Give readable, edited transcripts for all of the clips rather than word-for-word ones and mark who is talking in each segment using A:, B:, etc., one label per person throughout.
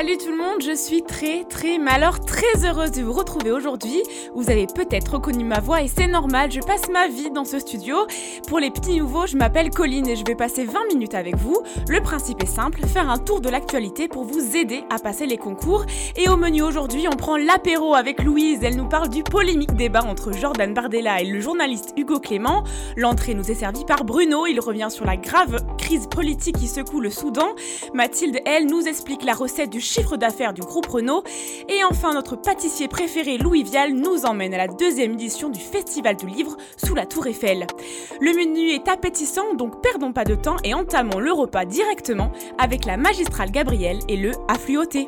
A: Salut tout le monde, je suis très heureuse de vous retrouver aujourd'hui. Vous avez peut-être reconnu ma voix et c'est normal, je passe ma vie dans ce studio. Pour les petits nouveaux, je m'appelle Colline et je vais passer 20 minutes avec vous. Le principe est simple, faire un tour de l'actualité pour vous aider à passer les concours. Et au menu aujourd'hui, on prend l'apéro avec Louise, elle nous parle du polémique débat entre Jordan Bardella et le journaliste Hugo Clément. L'entrée nous est servie par Bruno, il revient sur la grave crise politique qui secoue le Soudan. Mathilde, elle, nous explique la recette du chiffre d'affaires du groupe Renault. Et enfin, notre pâtissier préféré, Louis Vial, nous emmène à la 2e édition du Festival du Livre sous la Tour Eiffel. Le menu est appétissant, donc perdons pas de temps et entamons le repas directement avec la magistrale Gabrielle et le affluoté.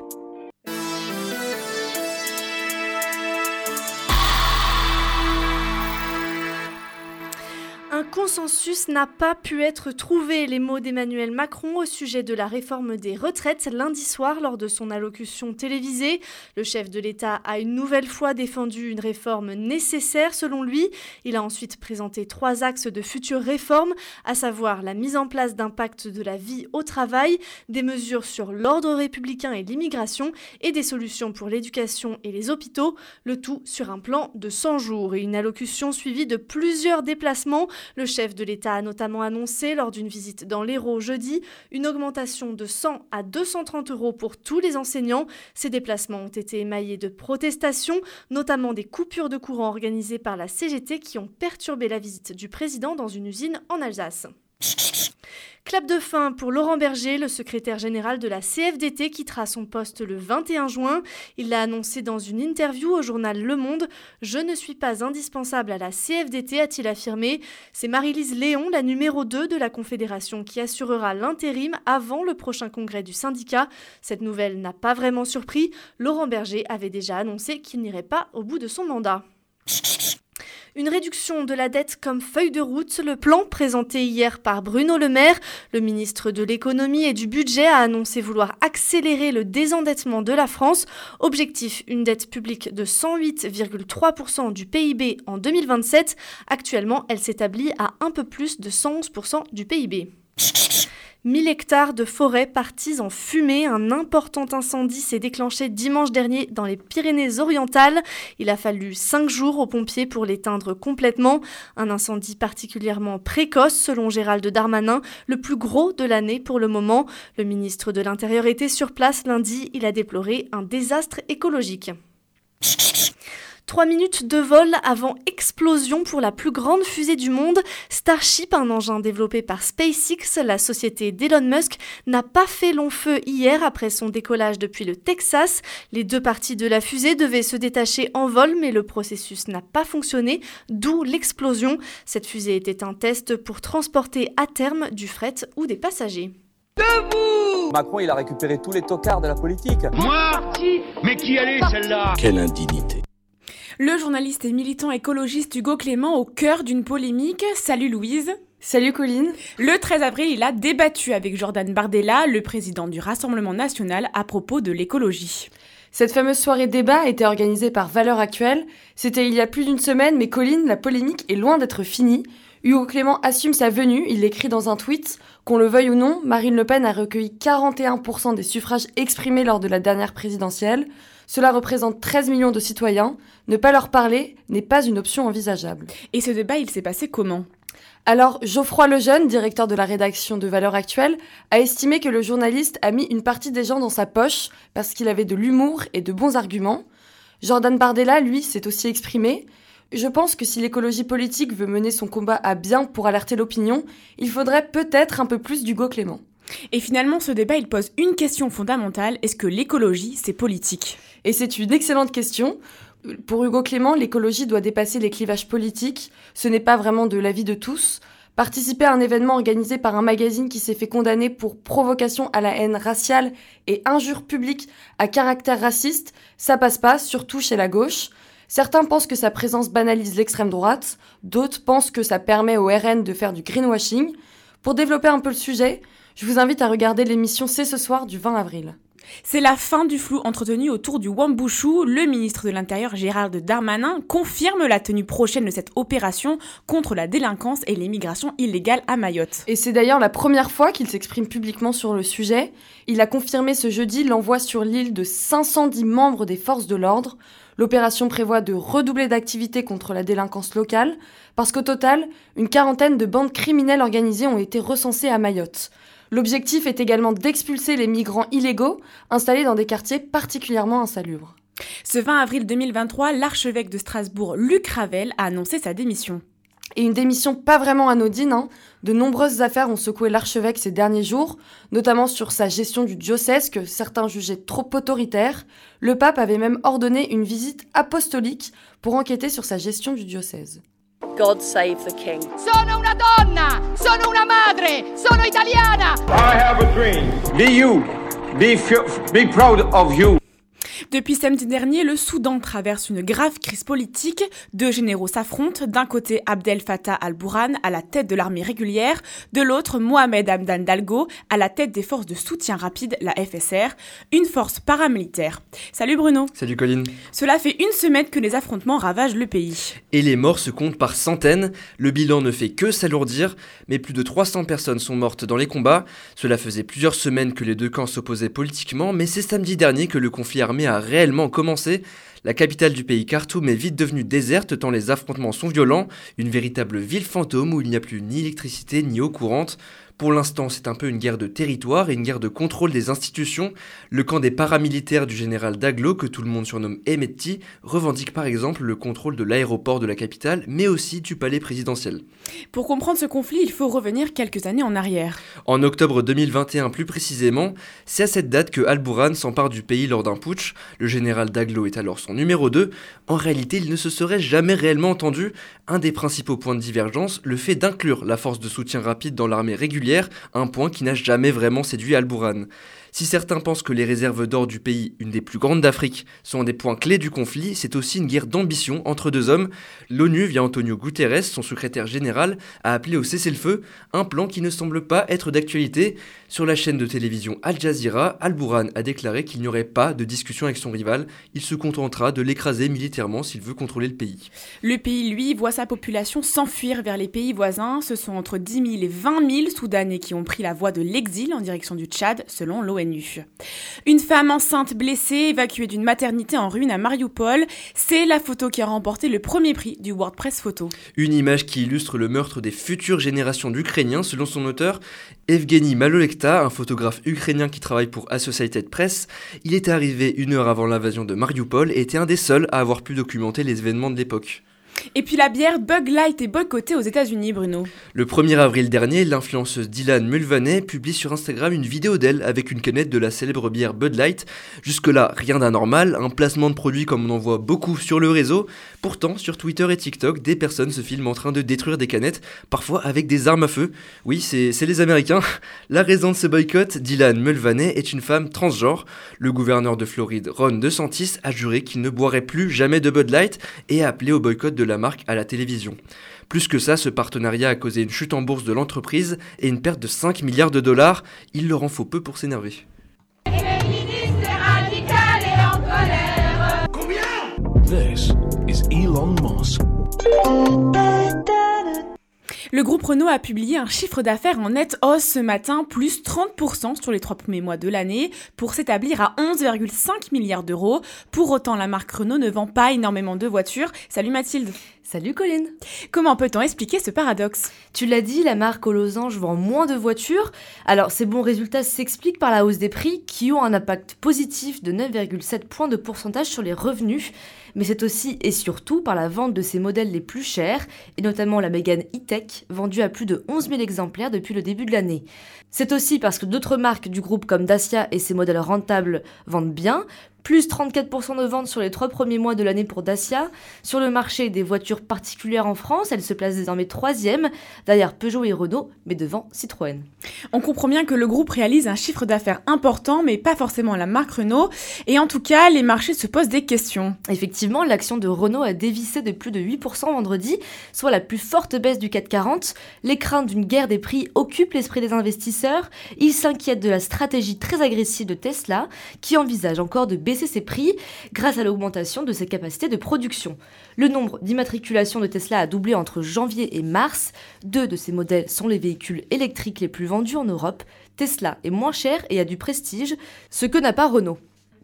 B: Un consensus n'a pas pu être trouvé, les mots d'Emmanuel Macron au sujet de la réforme des retraites lundi soir lors de son allocution télévisée. Le chef de l'État a une nouvelle fois défendu une réforme nécessaire selon lui. Il a ensuite présenté 3 axes de futures réformes, à savoir la mise en place d'un pacte de la vie au travail, des mesures sur l'ordre républicain et l'immigration et des solutions pour l'éducation et les hôpitaux, le tout sur un plan de 100 jours et une allocution suivie de plusieurs déplacements. Le chef de l'État a notamment annoncé lors d'une visite dans l'Hérault jeudi une augmentation de 100 à 230 € pour tous les enseignants. Ces déplacements ont été émaillés de protestations, notamment des coupures de courant organisées par la CGT qui ont perturbé la visite du président dans une usine en Alsace. Clap de fin pour Laurent Berger, le secrétaire général de la CFDT, quittera son poste le 21 juin. Il l'a annoncé dans une interview au journal Le Monde. « Je ne suis pas indispensable à la CFDT », a-t-il affirmé. C'est Marie-Lise Léon, la numéro 2 de la Confédération, qui assurera l'intérim avant le prochain congrès du syndicat. Cette nouvelle n'a pas vraiment surpris. Laurent Berger avait déjà annoncé qu'il n'irait pas au bout de son mandat. Une réduction de la dette comme feuille de route, le plan présenté hier par Bruno Le Maire, le ministre de l'économie et du budget, a annoncé vouloir accélérer le désendettement de la France. Objectif, une dette publique de 108,3% du PIB en 2027. Actuellement, elle s'établit à un peu plus de 111% du PIB. 1000 hectares de forêt partis en fumée. Un important incendie s'est déclenché dimanche dernier dans les Pyrénées-Orientales. Il a fallu 5 jours aux pompiers pour l'éteindre complètement. Un incendie particulièrement précoce selon Gérald Darmanin, le plus gros de l'année pour le moment. Le ministre de l'Intérieur était sur place lundi. Il a déploré un désastre écologique. 3 minutes de vol avant explosion pour la plus grande fusée du monde. Starship, un engin développé par SpaceX, la société d'Elon Musk, n'a pas fait long feu hier après son décollage depuis le Texas. Les 2 parties de la fusée devaient se détacher en vol, mais le processus n'a pas fonctionné, d'où l'explosion. Cette fusée était un test pour transporter à terme du fret ou des passagers.
C: Debout ! Macron, il a récupéré tous les tocards de la politique.
D: Moi ? Mais qui elle est celle-là ?
E: Quelle indignité.
A: Le journaliste et militant écologiste Hugo Clément au cœur d'une polémique. Salut Louise.
F: Salut Colline.
A: Le 13 avril, il a débattu avec Jordan Bardella, le président du Rassemblement national, à propos de l'écologie.
F: Cette fameuse soirée débat a été organisée par Valeurs Actuelles. C'était il y a plus d'une semaine, mais Colline, la polémique est loin d'être finie. Hugo Clément assume sa venue, il l'écrit dans un tweet. Qu'on le veuille ou non, Marine Le Pen a recueilli 41% des suffrages exprimés lors de la dernière présidentielle. Cela représente 13 millions de citoyens. Ne pas leur parler n'est pas une option envisageable.
A: Et ce débat, il s'est passé comment ?
F: Alors, Geoffroy Lejeune, directeur de la rédaction de Valeurs Actuelles, a estimé que le journaliste a mis une partie des gens dans sa poche parce qu'il avait de l'humour et de bons arguments. Jordan Bardella, lui, s'est aussi exprimé. Je pense que si l'écologie politique veut mener son combat à bien pour alerter l'opinion, il faudrait peut-être un peu plus d'Hugo Clément.
A: Et finalement, ce débat, il pose une question fondamentale. Est-ce que l'écologie, c'est politique ?
F: Et c'est une excellente question. Pour Hugo Clément, l'écologie doit dépasser les clivages politiques. Ce n'est pas vraiment de l'avis de tous. Participer à un événement organisé par un magazine qui s'est fait condamner pour provocation à la haine raciale et injure publique à caractère raciste, ça passe pas, surtout chez la gauche. Certains pensent que sa présence banalise l'extrême droite, d'autres pensent que ça permet au RN de faire du greenwashing. Pour développer un peu le sujet, je vous invite à regarder l'émission C'est ce soir du 20 avril.
A: C'est la fin du flou entretenu autour du Wambushu. Le ministre de l'Intérieur Gérald Darmanin confirme la tenue prochaine de cette opération contre la délinquance et l'immigration illégale à Mayotte.
F: Et c'est d'ailleurs la première fois qu'il s'exprime publiquement sur le sujet. Il a confirmé ce jeudi l'envoi sur l'île de 510 membres des forces de l'ordre. L'opération prévoit de redoubler d'activités contre la délinquance locale, parce qu'au total, une quarantaine de bandes criminelles organisées ont été recensées à Mayotte. L'objectif est également d'expulser les migrants illégaux installés dans des quartiers particulièrement insalubres.
A: Ce 20 avril 2023, l'archevêque de Strasbourg, Luc Ravel, a annoncé sa démission.
F: Et une démission pas vraiment anodine, De nombreuses affaires ont secoué l'archevêque ces derniers jours, notamment sur sa gestion du diocèse que certains jugeaient trop autoritaire. Le pape avait même ordonné une visite apostolique pour enquêter sur sa gestion du diocèse.
E: God save the king.
G: Sono una donna, sono una madre, sono italiana.
D: I have a dream. Be you. Be proud of you.
A: Depuis samedi dernier, le Soudan traverse une grave crise politique. Deux généraux s'affrontent. D'un côté, Abdel Fattah al-Burhan, à la tête de l'armée régulière. De l'autre, Mohamed Hamdan Daglo, à la tête des forces de soutien rapide, la FSR, une force paramilitaire. Salut Bruno.
H: Salut Colline.
A: Cela fait une semaine que les affrontements ravagent le pays.
H: Et les morts se comptent par centaines. Le bilan ne fait que s'alourdir, mais plus de 300 personnes sont mortes dans les combats. Cela faisait plusieurs semaines que les deux camps s'opposaient politiquement, mais c'est samedi dernier que le conflit armé a réellement commencé. La capitale du pays, Khartoum, est vite devenue déserte tant les affrontements sont violents, une véritable ville fantôme où il n'y a plus ni électricité ni eau courante. Pour l'instant, c'est un peu une guerre de territoire et une guerre de contrôle des institutions. Le camp des paramilitaires du général Daglo, que tout le monde surnomme Hemeti, revendique par exemple le contrôle de l'aéroport de la capitale, mais aussi du palais présidentiel.
A: Pour comprendre ce conflit, il faut revenir quelques années en arrière.
H: En octobre 2021 plus précisément, c'est à cette date que Al-Burhan s'empare du pays lors d'un putsch. Le général Daglo est alors son numéro 2. En réalité, il ne se serait jamais réellement entendu. Un des principaux points de divergence, le fait d'inclure la force de soutien rapide dans l'armée régulière, un point qui n'a jamais vraiment séduit Al-Burhan. Si certains pensent que les réserves d'or du pays, une des plus grandes d'Afrique, sont des points clés du conflit, c'est aussi une guerre d'ambition entre deux hommes. L'ONU, via Antonio Guterres, son secrétaire général, a appelé au cessez-le-feu, un plan qui ne semble pas être d'actualité. Sur la chaîne de télévision Al Jazeera, Al-Burhan a déclaré qu'il n'y aurait pas de discussion avec son rival, il se contentera de l'écraser militairement s'il veut contrôler le pays.
A: Le pays, lui, voit sa population s'enfuir vers les pays voisins. Ce sont entre 10 000 et 20 000 Soudanais qui ont pris la voie de l'exil en direction du Tchad, selon l'ONU. Une femme enceinte blessée, évacuée d'une maternité en ruine à Mariupol, c'est la photo qui a remporté le premier prix du WordPress Photo.
H: Une image qui illustre le meurtre des futures générations d'Ukrainiens, selon son auteur, Evgeny Malolekta, un photographe ukrainien qui travaille pour Associated Press. Il était arrivé 1 heure avant l'invasion de Mariupol et était un des seuls à avoir pu documenter les événements de l'époque.
A: Et puis la bière Bud Light est boycottée aux États-Unis, Bruno.
H: Le 1er avril dernier, l'influenceuse Dylan Mulvaney publie sur Instagram une vidéo d'elle avec une canette de la célèbre bière Bud Light. Jusque-là, rien d'anormal, un placement de produit comme on en voit beaucoup sur le réseau. Pourtant, sur Twitter et TikTok, des personnes se filment en train de détruire des canettes, parfois avec des armes à feu. Oui, c'est les Américains. La raison de ce boycott, Dylan Mulvaney est une femme transgenre. Le gouverneur de Floride, Ron DeSantis, a juré qu'il ne boirait plus jamais de Bud Light et a appelé au boycott de la marque à la télévision. Plus que ça, ce partenariat a causé une chute en bourse de l'entreprise et une perte de 5 milliards de dollars. Il leur en faut peu pour s'énerver.
I: This is Elon Musk.
A: Le groupe Renault a publié un chiffre d'affaires en nette hausse ce matin, plus 30% sur les 3 premiers mois de l'année, pour s'établir à 11,5 milliards d'euros. Pour autant, la marque Renault ne vend pas énormément de voitures. Salut Mathilde.
B: Salut Colline.
A: Comment peut-on expliquer ce paradoxe ?
B: Tu l'as dit, la marque aux losanges vend moins de voitures. Alors ces bons résultats s'expliquent par la hausse des prix qui ont un impact positif de 9,7 points de pourcentage sur les revenus. Mais c'est aussi et surtout par la vente de ses modèles les plus chers, et notamment la Mégane E-Tech, vendue à plus de 11 000 exemplaires depuis le début de l'année. C'est aussi parce que d'autres marques du groupe comme Dacia et ses modèles rentables vendent bien. Plus 34% de ventes sur les 3 premiers mois de l'année pour Dacia. Sur le marché des voitures particulières en France, elle se place désormais 3e, derrière Peugeot et Renault, mais devant Citroën.
A: On comprend bien que le groupe réalise un chiffre d'affaires important, mais pas forcément la marque Renault. Et en tout cas, les marchés se posent des questions.
B: Effectivement, l'action de Renault a dévissé de plus de 8% vendredi, soit la plus forte baisse du CAC 40. Les craintes d'une guerre des prix occupent l'esprit des investisseurs. Ils s'inquiètent de la stratégie très agressive de Tesla, qui envisage encore de baisser ses prix grâce à l'augmentation de ses capacités de production. Le nombre d'immatriculations de Tesla a doublé entre janvier et mars. 2 de ces modèles sont les véhicules électriques les plus vendus en Europe. Tesla est moins cher et a du prestige, ce que n'a pas Renault.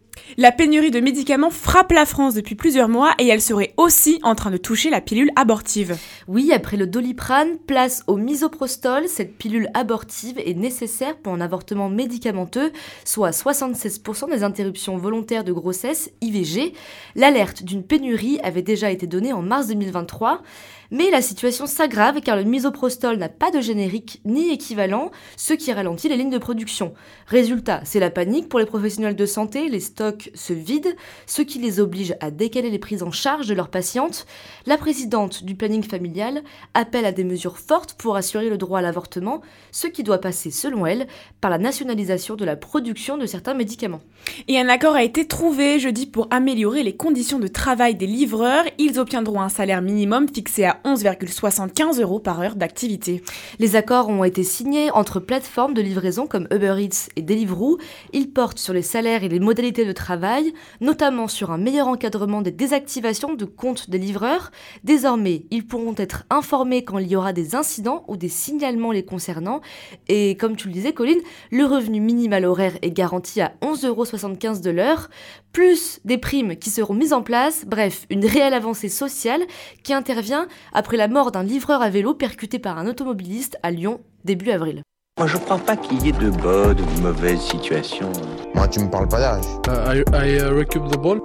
A: La pénurie de médicaments frappe la France depuis plusieurs mois et elle serait aussi en train de toucher la pilule abortive.
B: Oui, après le Doliprane, place au misoprostol. Cette pilule abortive est nécessaire pour un avortement médicamenteux, soit 76% des interruptions volontaires de grossesse, IVG. L'alerte d'une pénurie avait déjà été donnée en mars 2023. Mais la situation s'aggrave car le misoprostol n'a pas de générique ni équivalent, ce qui ralentit les lignes de production. Résultat, c'est la panique pour les professionnels de santé, les stocks se vident, ce qui les oblige à décaler les prises en charge de leurs patientes. La présidente du planning familial appelle à des mesures fortes pour assurer le droit à l'avortement, ce qui doit passer, selon elle, par la nationalisation de la production de certains médicaments.
A: Et un accord a été trouvé jeudi pour améliorer les conditions de travail des livreurs. Ils obtiendront un salaire minimum fixé à 11,75 € par heure d'activité.
B: Les accords ont été signés entre plateformes de livraison comme Uber Eats et Deliveroo. Ils portent sur les salaires et les modalités de travail, notamment sur un meilleur encadrement des désactivations de comptes des livreurs. Désormais, ils pourront être informés quand il y aura des incidents ou des signalements les concernant. Et comme tu le disais, Colline, le revenu minimal horaire est garanti à 11,75 € de l'heure, plus des primes qui seront mises en place. Bref, une réelle avancée sociale qui intervient après la mort d'un livreur à vélo percuté par un automobiliste à Lyon début avril.
J: Moi, je crois pas qu'il y ait de bonnes ou de mauvaises situations.
K: Moi, tu me parles pas d'âge.
L: I recoup the ball.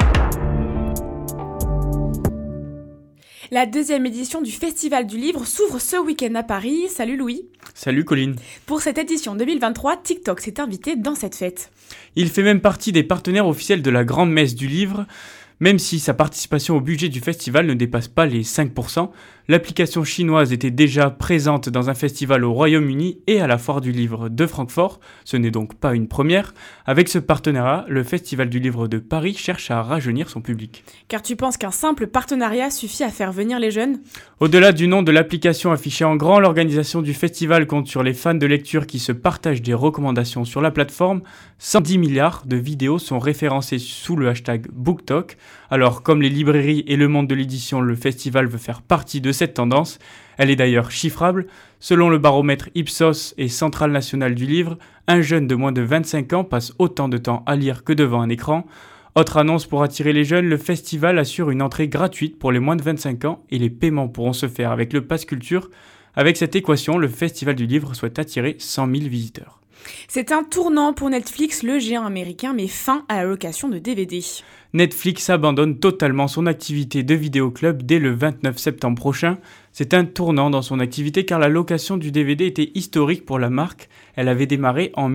A: La 2e édition du Festival du Livre s'ouvre ce week-end à Paris. Salut Louis.
M: Salut Colline.
A: Pour cette édition 2023, TikTok s'est invité dans cette fête.
M: Il fait même partie des partenaires officiels de la Grande Messe du Livre. Même si sa participation au budget du festival ne dépasse pas les 5%, l'application chinoise était déjà présente dans un festival au Royaume-Uni et à la Foire du Livre de Francfort. Ce n'est donc pas une première. Avec ce partenariat, le Festival du Livre de Paris cherche à rajeunir son public.
A: Car tu penses qu'un simple partenariat suffit à faire venir les jeunes ?
M: Au-delà du nom de l'application affichée en grand, l'organisation du festival compte sur les fans de lecture qui se partagent des recommandations sur la plateforme. 110 milliards de vidéos sont référencées sous le hashtag BookTok. Alors, comme les librairies et le monde de l'édition, le festival veut faire partie de cette tendance. Elle est d'ailleurs chiffrable. Selon le baromètre Ipsos et Centrale nationale du livre, un jeune de moins de 25 ans passe autant de temps à lire que devant un écran. Autre annonce pour attirer les jeunes, le festival assure une entrée gratuite pour les moins de 25 ans et les paiements pourront se faire avec le Pass Culture. Avec cette équation, le Festival du Livre souhaite attirer 100 000 visiteurs.
A: C'est un tournant pour Netflix, le géant américain met fin à la location de DVD.
M: Netflix abandonne totalement son activité de vidéoclub dès le 29 septembre prochain. C'est un tournant dans son activité car la location du DVD était historique pour la marque. Elle avait démarré en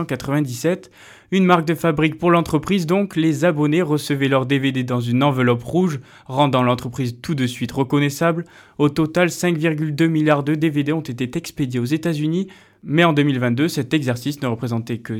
M: 1997. Une marque de fabrique pour l'entreprise donc, les abonnés recevaient leurs DVD dans une enveloppe rouge, rendant l'entreprise tout de suite reconnaissable. Au total, 5,2 milliards de DVD ont été expédiés aux États-Unis. Mais en 2022, cet exercice ne représentait que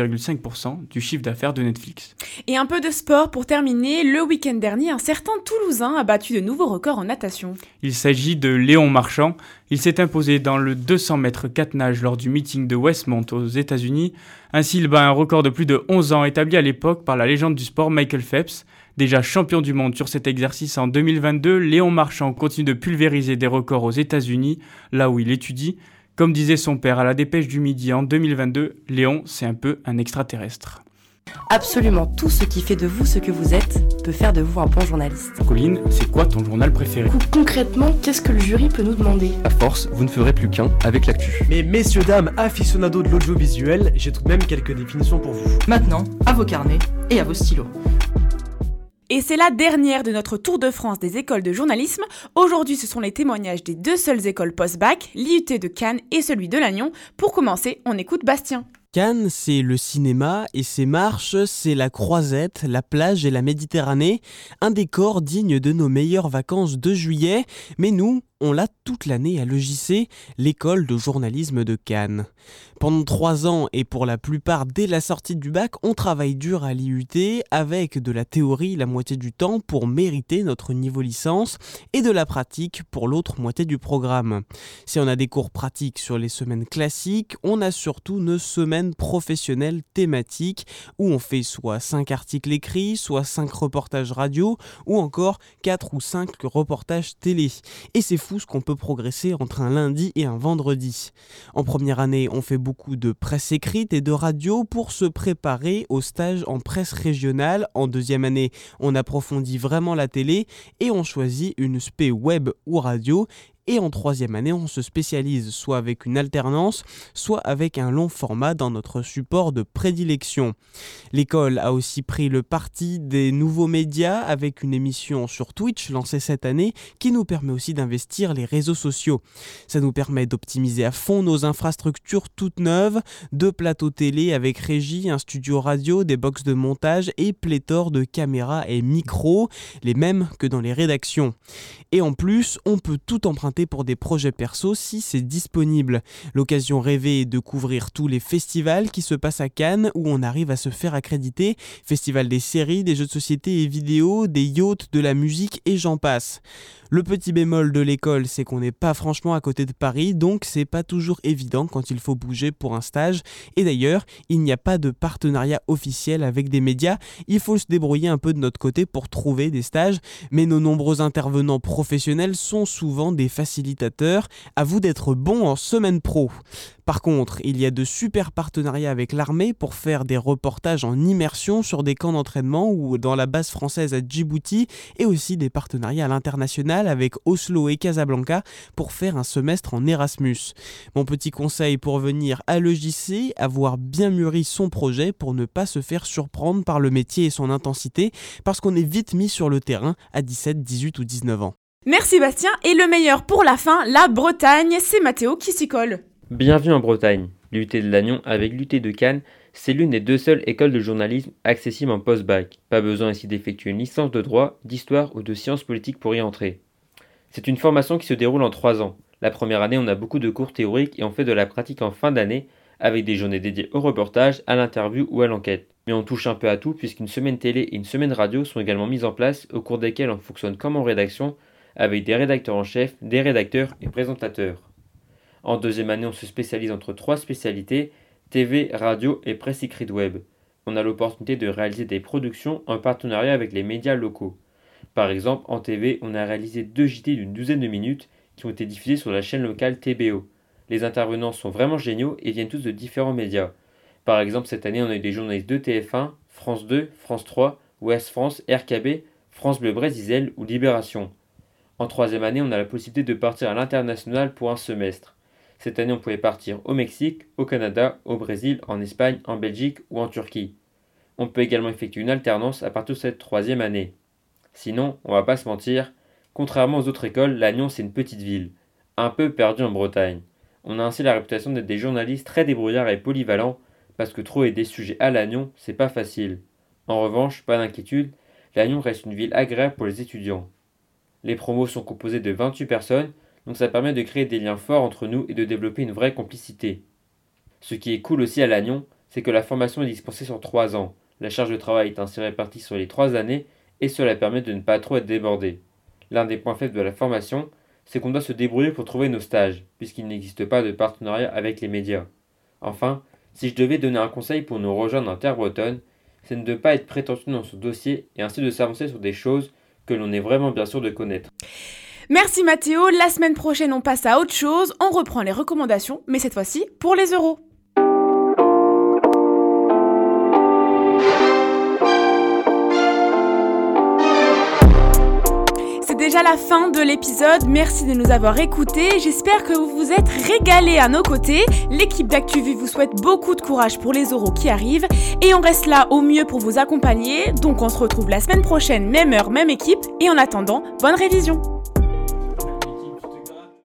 M: 0,5% du chiffre d'affaires de Netflix.
A: Et un peu de sport pour terminer. Le week-end dernier, un certain Toulousain a battu de nouveaux records en natation.
M: Il s'agit de Léon Marchand. Il s'est imposé dans le 200 mètres 4 nages lors du meeting de Westmont aux États-Unis. Ainsi, il bat un record de plus de 11 ans établi à l'époque par la légende du sport Michael Phelps. Déjà champion du monde sur cet exercice en 2022, Léon Marchand continue de pulvériser des records aux États-Unis, là où il étudie. Comme disait son père à la Dépêche du Midi en 2022, Léon, c'est un peu un extraterrestre.
N: Absolument tout ce qui fait de vous ce que vous êtes peut faire de vous un bon journaliste.
M: Colline, c'est quoi ton journal préféré ?
O: Concrètement, qu'est-ce que le jury peut nous demander ?
P: À force, vous ne ferez plus qu'un avec l'actu.
Q: Mais messieurs, dames, aficionados de l'audiovisuel, j'ai tout de même quelques définitions pour vous.
O: Maintenant, à vos carnets et à vos stylos.
A: Et c'est la dernière de notre Tour de France des écoles de journalisme. Aujourd'hui, ce sont les témoignages des 2 seules écoles post-bac, l'IUT de Cannes et celui de Lannion. Pour commencer, on écoute Bastien.
K: Cannes, c'est le cinéma et ses marches, c'est la croisette, la plage et la Méditerranée, un décor digne de nos meilleures vacances de juillet, mais nous, on l'a toute l'année à l'EJC, l'école de journalisme de Cannes. Pendant 3 ans et pour la plupart dès la sortie du bac, on travaille dur à l'IUT avec de la théorie la moitié du temps pour mériter notre niveau licence et de la pratique pour l'autre moitié du programme. Si on a des cours pratiques sur les semaines classiques, on a surtout nos semaines professionnelles thématiques où on fait soit 5 articles écrits, soit 5 reportages radio ou encore 4 ou 5 reportages télé. Et c'est fou ce qu'on peut progresser entre un lundi et un vendredi. En première année, on fait beaucoup de presse écrite et de radio pour se préparer au stage en presse régionale. En deuxième année, on approfondit vraiment la télé et on choisit une spé web ou radio. Et en troisième année, on se spécialise soit avec une alternance, soit avec un long format dans notre support de prédilection. L'école a aussi pris le parti des nouveaux médias avec une émission sur Twitch lancée cette année qui nous permet aussi d'investir les réseaux sociaux. Ça nous permet d'optimiser à fond nos infrastructures toutes neuves, 2 plateaux télé avec régie, un studio radio, des box de montage et pléthore de caméras et micros, les mêmes que dans les rédactions. Et en plus, on peut tout emprunter pour des projets perso si c'est disponible. L'occasion rêvée est de couvrir tous les festivals qui se passent à Cannes où on arrive à se faire accréditer. Festival des séries, des jeux de société et vidéos, des yachts, de la musique et j'en passe. Le petit bémol de l'école, c'est qu'on n'est pas franchement à côté de Paris, donc c'est pas toujours évident quand il faut bouger pour un stage. Et d'ailleurs, il n'y a pas de partenariat officiel avec des médias, il faut se débrouiller un peu de notre côté pour trouver des stages, mais nos nombreux intervenants professionnels sont souvent des facilitateurs, à vous d'être bons en semaine pro. Par contre, il y a de super partenariats avec l'armée pour faire des reportages en immersion sur des camps d'entraînement ou dans la base française à Djibouti et aussi des partenariats à l'international avec Oslo et Casablanca pour faire un semestre en Erasmus. Mon petit conseil pour venir à l'EJC, avoir bien mûri son projet pour ne pas se faire surprendre par le métier et son intensité parce qu'on est vite mis sur le terrain à 17, 18 ou 19 ans.
A: Merci Bastien, et le meilleur pour la fin, la Bretagne, c'est Mathéo qui s'y colle.
R: Bienvenue en Bretagne. L'UT de Lannion avec l'UT de Cannes, c'est l'une des 2 seules écoles de journalisme accessibles en post-bac. Pas besoin ici d'effectuer une licence de droit, d'histoire ou de sciences politiques pour y entrer. C'est une formation qui se déroule en 3 ans. La première année, on a beaucoup de cours théoriques et on fait de la pratique en fin d'année avec des journées dédiées au reportage, à l'interview ou à l'enquête. Mais on touche un peu à tout puisqu'une semaine télé et une semaine radio sont également mises en place au cours desquelles on fonctionne comme en rédaction avec des rédacteurs en chef, des rédacteurs et présentateurs. En deuxième année, on se spécialise entre 3 spécialités, TV, radio et presse écrite web. On a l'opportunité de réaliser des productions en partenariat avec les médias locaux. Par exemple, en TV, on a réalisé 2 JT d'une 12aine de minutes qui ont été diffusés sur la chaîne locale TBO. Les intervenants sont vraiment géniaux et viennent tous de différents médias. Par exemple, cette année, on a eu des journalistes de TF1, France 2, France 3, Ouest France, RKB, France Bleu Brésil ou Libération. En troisième année, on a la possibilité de partir à l'international pour un semestre. Cette année, on pouvait partir au Mexique, au Canada, au Brésil, en Espagne, en Belgique ou en Turquie. On peut également effectuer une alternance à partir de cette 3e année. Sinon, on va pas se mentir, contrairement aux autres écoles, Lannion c'est une petite ville, un peu perdue en Bretagne. On a ainsi la réputation d'être des journalistes très débrouillards et polyvalents, parce que trouver des sujets à Lannion, c'est pas facile. En revanche, pas d'inquiétude, Lannion reste une ville agréable pour les étudiants. Les promos sont composés de 28 personnes, donc ça permet de créer des liens forts entre nous et de développer une vraie complicité. Ce qui est cool aussi à Lannion, c'est que la formation est dispensée sur 3 ans. La charge de travail est ainsi répartie sur les 3 années et cela permet de ne pas trop être débordé. L'un des points faibles de la formation, c'est qu'on doit se débrouiller pour trouver nos stages, puisqu'il n'existe pas de partenariat avec les médias. Enfin, si je devais donner un conseil pour nous rejoindre en terre bretonne, c'est de ne pas être prétentieux dans son dossier et ainsi de s'avancer sur des choses que l'on est vraiment bien sûr de connaître.
A: Merci Mathéo, la semaine prochaine on passe à autre chose, on reprend les recommandations, mais cette fois-ci pour les euros. C'est déjà la fin de l'épisode, merci de nous avoir écoutés, j'espère que vous vous êtes régalés à nos côtés. L'équipe d'ActuVu vous souhaite beaucoup de courage pour les euros qui arrivent et on reste là au mieux pour vous accompagner, donc on se retrouve la semaine prochaine, même heure, même équipe, et en attendant, bonne révision.